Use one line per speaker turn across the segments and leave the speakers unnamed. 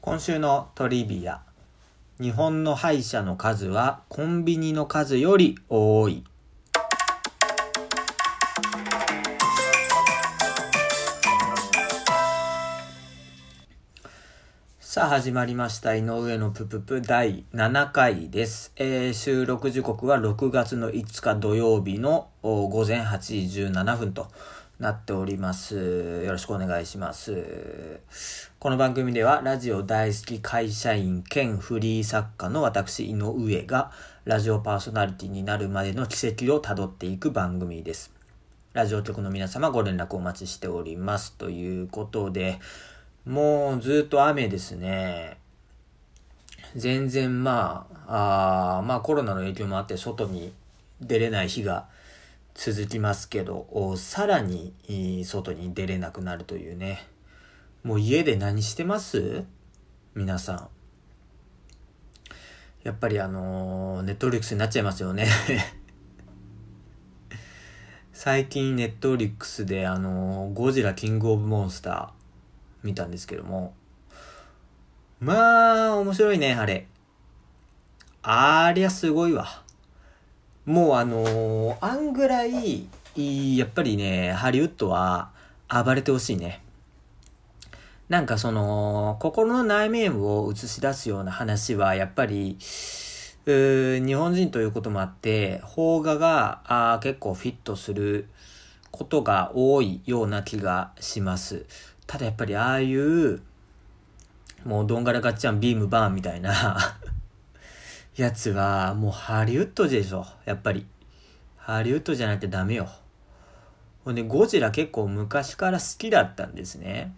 今週のトリビア。日本の歯医者の数はコンビニの数より多い。さあ始まりました。井上のぷぷぷ第7回です。収録時刻は6月の5日土曜日の午前8時17分となっております。よろしくお願いします。この番組ではラジオ大好き会社員兼フリー作家の私井上がラジオパーソナリティになるまでの軌跡をたどっていく番組です。ラジオ局の皆様ご連絡お待ちしておりますということで、もうずっと雨ですね。全然コロナの影響もあって外に出れない日が続きますけど、さらに外に出れなくなるというね。もう家で何してます皆さん。やっぱりネットフリックスになっちゃいますよね。最近ネットフリックスでゴジラキングオブモンスター見たんですけども、面白いね、あれ。ありゃすごいわ。もうあんぐらい、やっぱりね、ハリウッドは暴れてほしいね。なんか心の内面を映し出すような話は、やっぱり、日本人ということもあって、邦画が結構フィットすることが多いような気がします。ただやっぱりああいう、もうどんがらがっちゃんビームバーンみたいなやつはもうハリウッドでしょ。やっぱりハリウッドじゃないとダメよ。ほんでゴジラ結構昔から好きだったんですね。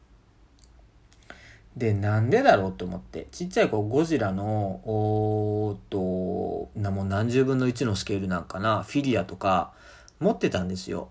でなんでだろうと思って、ちっちゃい子ゴジラのもう何十分の1のスケールなんかな、フィギュアとか持ってたんですよ。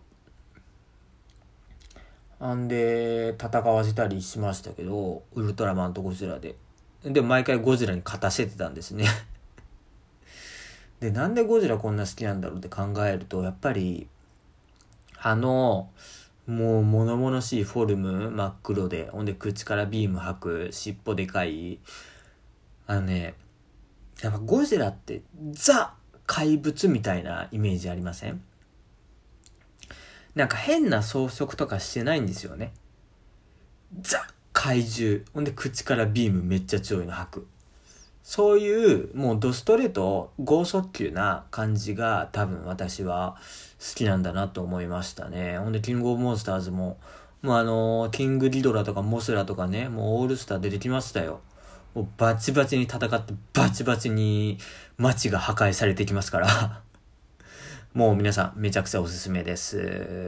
んで戦わせたりしましたけど、ウルトラマンとゴジラで毎回ゴジラに勝たせてたんですね。でなんでゴジラこんな好きなんだろうって考えると、やっぱりもう物々しいフォルム、真っ黒で、ほんで口からビーム吐く、尻尾でかい、やっぱゴジラってザ怪物みたいなイメージありません？なんか変な装飾とかしてないんですよね。ザ怪獣、ほんで口からビームめっちゃ強いの吐く、そういうもうドストレート剛速球な感じが多分私は好きなんだなと思いましたね。ほんでキングオブモンスターズもキングギドラとかモスラとかね、もうオールスター出てきましたよ。もうバチバチに戦ってバチバチに街が破壊されてきますからもう皆さんめちゃくちゃおすすめです。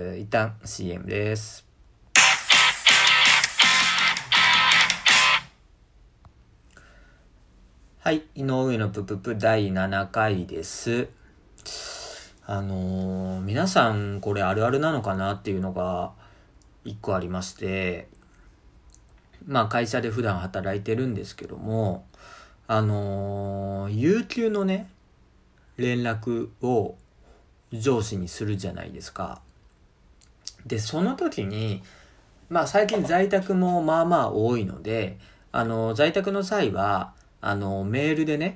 一旦 CM です。はい、井上のぷぷぷ第7回です。皆さんこれあるあるなのかなっていうのが一個ありまして、会社で普段働いてるんですけども、有給のね連絡を上司にするじゃないですか。でその時に最近在宅も多いので、在宅の際はメールで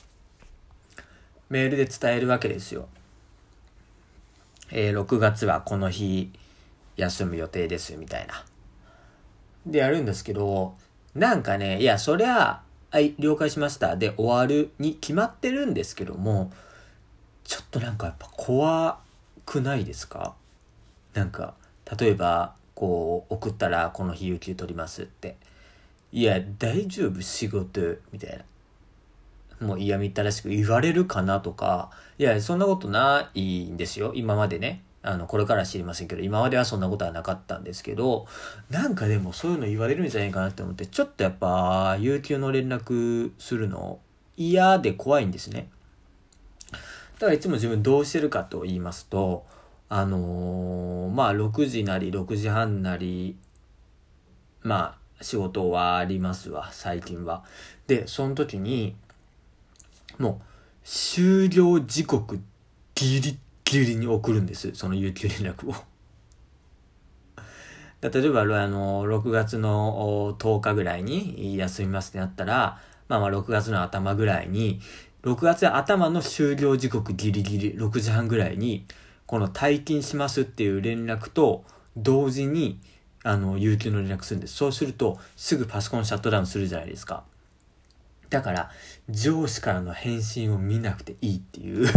伝えるわけですよ。6月はこの日休む予定ですみたいなでやるんですけど、なんかね、いやそりゃはい了解しましたで終わるに決まってるんですけども、ちょっとなんかやっぱ怖くないですか？なんか例えばこう送ったらこの日有給取りますって、いや大丈夫仕事みたいな、もう嫌みったらしく言われるかなとか、いやそんなことないんですよ今までね。これからは知りませんけど、今まではそんなことはなかったんですけど、なんかでもそういうの言われるんじゃないかなって思って、ちょっとやっぱ有給の連絡するの嫌で怖いんですね。だからいつも自分どうしてるかと言いますと、6時なり6時半なり仕事終わりますわ最近は。でその時にもう終了時刻ギリギリに送るんです、その有給連絡を。 例えば、6月の10日ぐらいに休みますってなったら、6月の頭ぐらいに、6月頭の終了時刻ギリギリ6時半ぐらいに、この退勤しますっていう連絡と同時に、有給の連絡するんです。そうすると、すぐパソコンシャットダウンするじゃないですか。だから、上司からの返信を見なくていいっていう。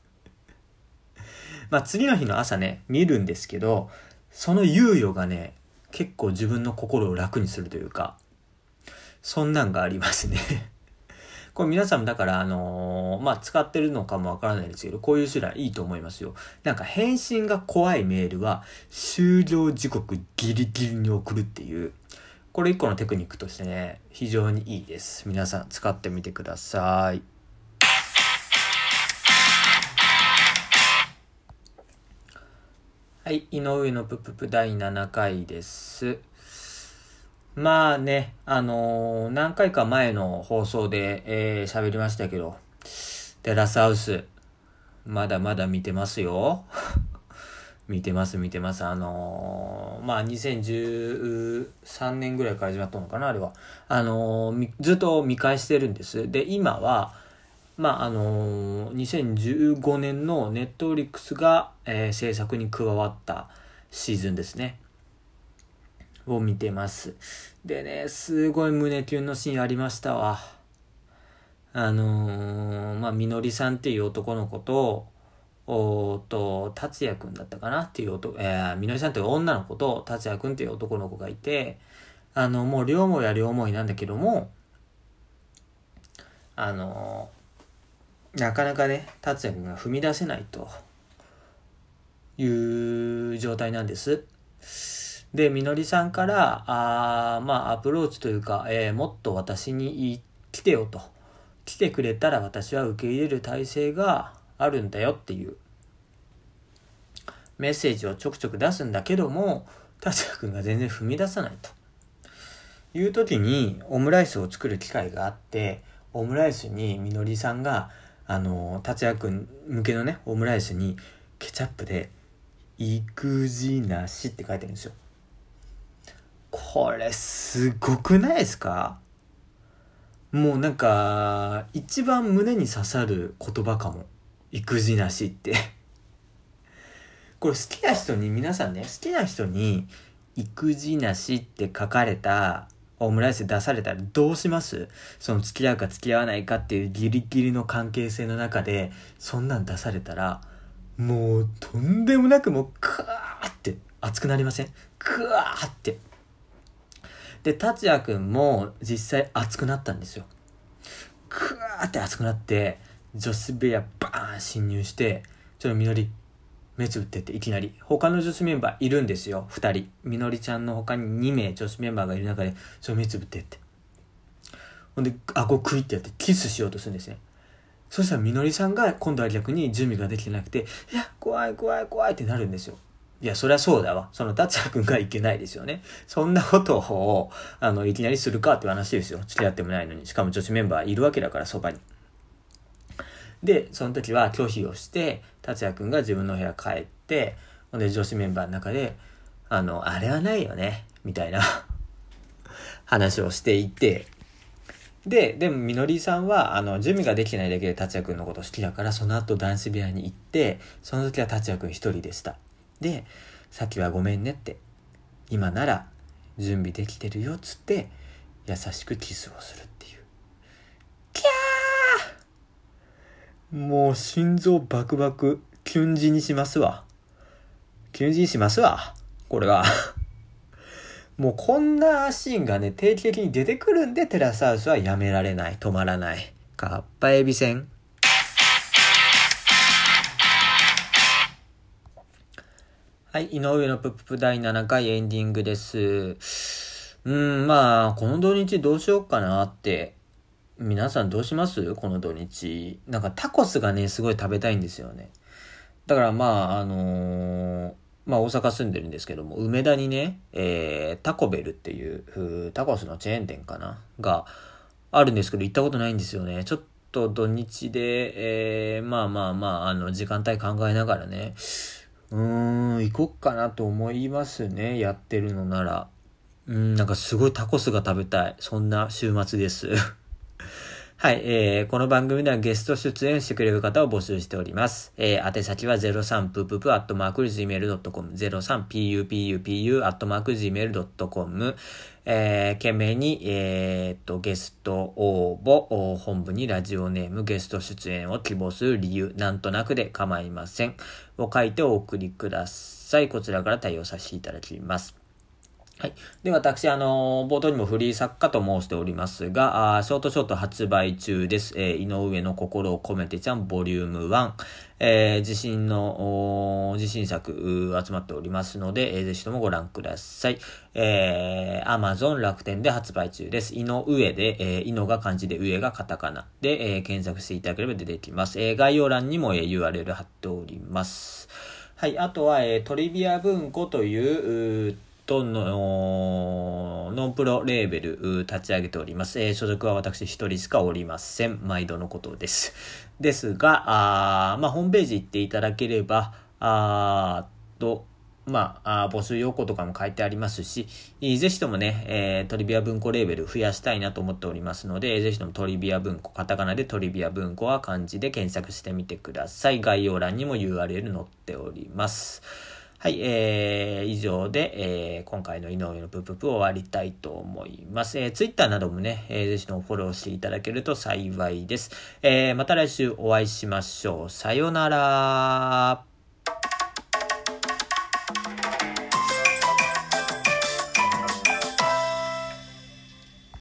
次の日の朝ね、見るんですけど、その猶予がね、結構自分の心を楽にするというか、そんなんがありますね。これ皆さんもだから、使ってるのかもわからないですけど、こういう手段いいと思いますよ。なんか返信が怖いメールは、終了時刻ギリギリに送るっていう、これ一個のテクニックとしてね、非常にいいです。皆さん使ってみてください。はい、井上のぷぷぷ第7回です。何回か前の放送で喋りましたけど、テラスハウス、まだまだ見てますよ。見てます。2013年ぐらいから始まったのかな、あれは。ずっと見返してるんです。で、今は、2015年のネットフリックスが、制作に加わったシーズンですね。を見てます。でね、すごい胸キュンのシーンありましたわ。みのりさんっていう男の子と、達也くんだったかなっていうみのりさんっていう女の子と、達也くんっていう男の子がいて、もう両思いは両思いなんだけども、なかなかね、達也くんが踏み出せないという状態なんです。で、みのりさんから、アプローチというか、もっと私に来てよと。来てくれたら私は受け入れる体制があるんだよっていうメッセージをちょくちょく出すんだけども、達也くんが全然踏み出さないという時にオムライスを作る機会があって、オムライスにみのりさんが、達也くん向けのね、オムライスにケチャップで育児なしって書いてるんですよ。これすごくないですか？もうなんか一番胸に刺さる言葉かも。育児なしってこれ好きな人に、皆さんね、好きな人に育児なしって書かれたオムライス出されたらどうします？その付き合うか付き合わないかっていうギリギリの関係性の中でそんなん出されたら、もうとんでもなくもうクワーって熱くなりません？クワーって。で、達也くんも実際熱くなったんですよ。クワーって熱くなって、女子部屋バーン侵入して、ちょっとみのり、目つぶってっていきなり。他の女子メンバーいるんですよ、2人。みのりちゃんの他に2名女子メンバーがいる中で、ちょっと目つぶってって。ほんで、顎クイってやってキスしようとするんですね。そしたらみのりさんが今度は逆に準備ができてなくて、いや、怖いってなるんですよ。いや、そりゃそうだわ。その達也くんがいけないですよね。そんなことを、いきなりするかっていう話ですよ。付き合ってもないのに。しかも女子メンバーいるわけだから、そばに。で、その時は拒否をして、達也くんが自分の部屋帰って、ほんで女子メンバーの中で、あれはないよね、みたいな話をしていて、でもみのりさんは準備ができてないだけで達也くんのこと好きだから、その後男子部屋に行って、その時は達也くん一人でした。で、さっきはごめんねって、今なら準備できてるよっつって優しくキスをするっていう。キャー、もう心臓バクバク、キュン死にしますわこれはもうこんなシーンがね、定期的に出てくるんで、テラスハウスはやめられない、止まらない。かっぱえびせん。はい、井上のぷぷぷ第7回エンディングです。この土日どうしようかなって。皆さんどうします？この土日。なんかタコスがね、すごい食べたいんですよね。だから大阪住んでるんですけども、梅田にね、タコベルっていうタコスのチェーン店かながあるんですけど、行ったことないんですよね。ちょっと土日で、時間帯考えながらね、 行こっかなと思いますね。やってるのなら。なんかすごいタコスが食べたい。そんな週末です。はい、この番組ではゲスト出演してくれる方を募集しております。宛先は 03pupupu@gmail.com 03pupupu@gmail.com 懸命に、ゲスト応募、本部にラジオネーム、ゲスト出演を希望する理由、なんとなくで構いません。を書いてお送りください。こちらから対応させていただきます。はい。で、私、冒頭にもフリー作家と申しておりますが、ショート発売中です。井上の心を込めてちゃんボリューム1。自信作集まっておりますので、ぜひともご覧ください。Amazon 楽天で発売中です。井上で、井のが漢字で上がカタカナで、検索していただければ出てきます。概要欄にも、URL 貼っております。はい。あとは、トリビア文庫というノンプロレーベル立ち上げております。所属は私一人しかおりません。毎度のことです。ですが、ホームページ行っていただければ、募集要項とかも書いてありますし、ぜひともね、トリビア文庫レーベル増やしたいなと思っておりますので、ぜひともトリビア文庫、カタカナでトリビア文庫は漢字で検索してみてください。概要欄にも URL 載っております。はい、以上で、今回の井上のプププを終わりたいと思います。Twitter などもね、ぜひともフォローしていただけると幸いです。また来週お会いしましょう。さよなら。